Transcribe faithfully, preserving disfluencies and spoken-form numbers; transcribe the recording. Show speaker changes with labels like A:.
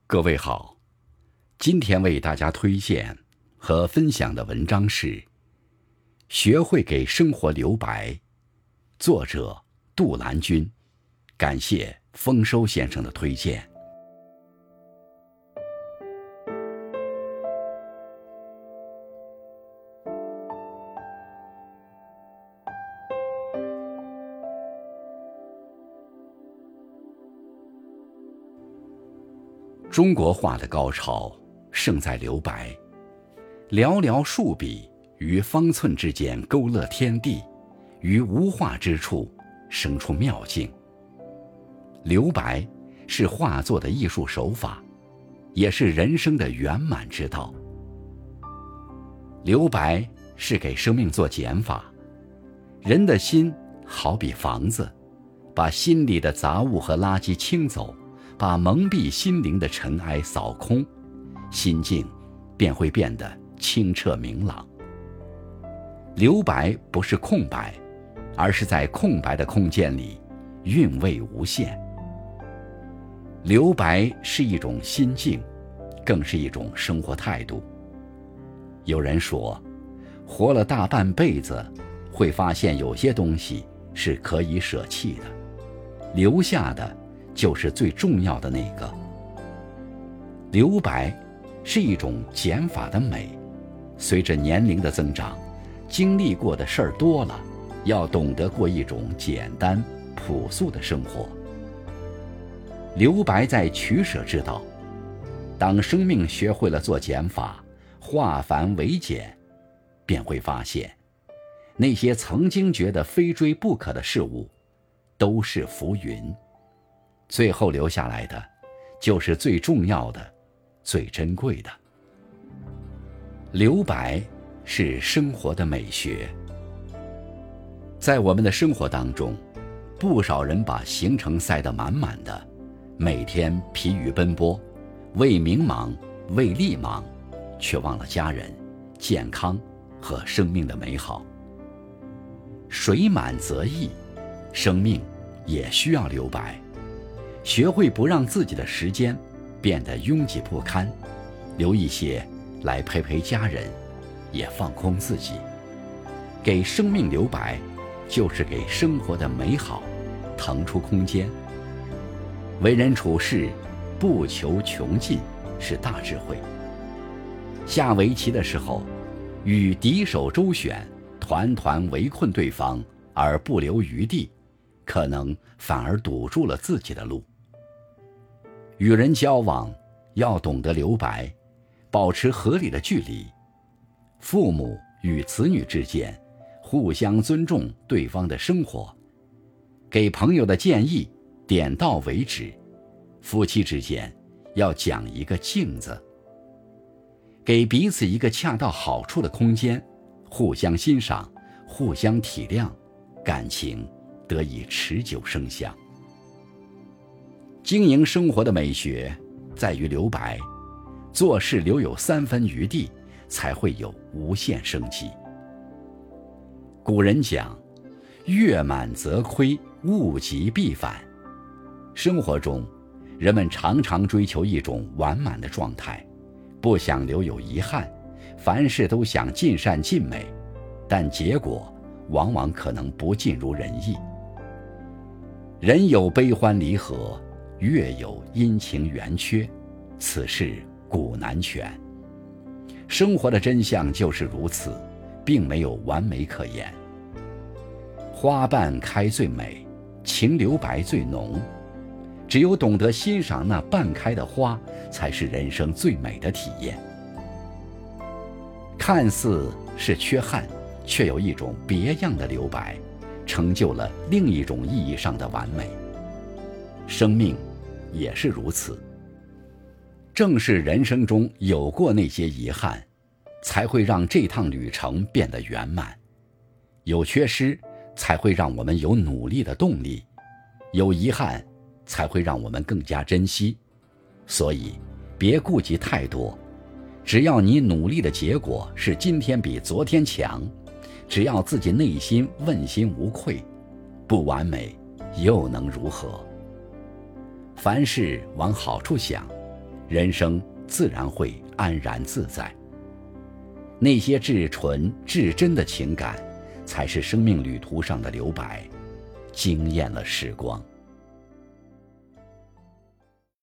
A: 各位好，今天为大家推荐和分享的文章是《学会给生活留白》，作者杜兰君，感谢丰收先生的推荐。中国画的高潮胜在留白，寥寥数笔于方寸之间勾勒天地，于无画之处生出妙境。留白是画作的艺术手法，也是人生的圆满之道。留白是给生命做减法。人的心好比房子，把心里的杂物和垃圾清走，把蒙蔽心灵的尘埃扫空，心境便会变得清澈明朗。留白不是空白，而是在空白的空间里韵味无限。留白是一种心境，更是一种生活态度。有人说，活了大半辈子，会发现有些东西是可以舍弃的，留下的就是最重要的那个。留白是一种减法的美，随着年龄的增长，经历过的事儿多了，要懂得过一种简单朴素的生活。留白在取舍之道，当生命学会了做减法，化繁为简，便会发现，那些曾经觉得非追不可的事物，都是浮云。最后留下来的，就是最重要的、最珍贵的。留白是生活的美学。在我们的生活当中，不少人把行程塞得满满的，每天疲于奔波，为名忙，为利忙，却忘了家人、健康和生命的美好。水满则溢，生命也需要留白。学会不让自己的时间变得拥挤不堪，留一些来陪陪家人，也放空自己。给生命留白，就是给生活的美好腾出空间。为人处事，不求穷尽是大智慧。下围棋的时候，与敌手周旋，团团围困对方而不留余地，可能反而堵住了自己的路。与人交往要懂得留白，保持合理的距离。父母与子女之间互相尊重对方的生活，给朋友的建议点到为止。夫妻之间要讲一个静字，给彼此一个恰到好处的空间，互相欣赏，互相体谅，感情得以持久生香。经营生活的美学在于留白，做事留有三分余地，才会有无限生机。古人讲，月满则亏，物极必反。生活中，人们常常追求一种完满的状态，不想留有遗憾，凡事都想尽善尽美，但结果往往可能不尽如人意。人有悲欢离合，月有阴晴圆缺，此事古难全。生活的真相就是如此，并没有完美可言。花瓣开最美，情留白最浓。只有懂得欣赏那半开的花，才是人生最美的体验。看似是缺憾，却有一种别样的留白，成就了另一种意义上的完美。生命也是如此，正是人生中有过那些遗憾，才会让这趟旅程变得圆满。有缺失，才会让我们有努力的动力；有遗憾，才会让我们更加珍惜。所以，别顾及太多，只要你努力的结果是今天比昨天强，只要自己内心问心无愧，不完美又能如何？凡事往好处想， 人生自然会安然自在。那些至纯至真的情感，才是生命旅途上的留白，惊艳了时光。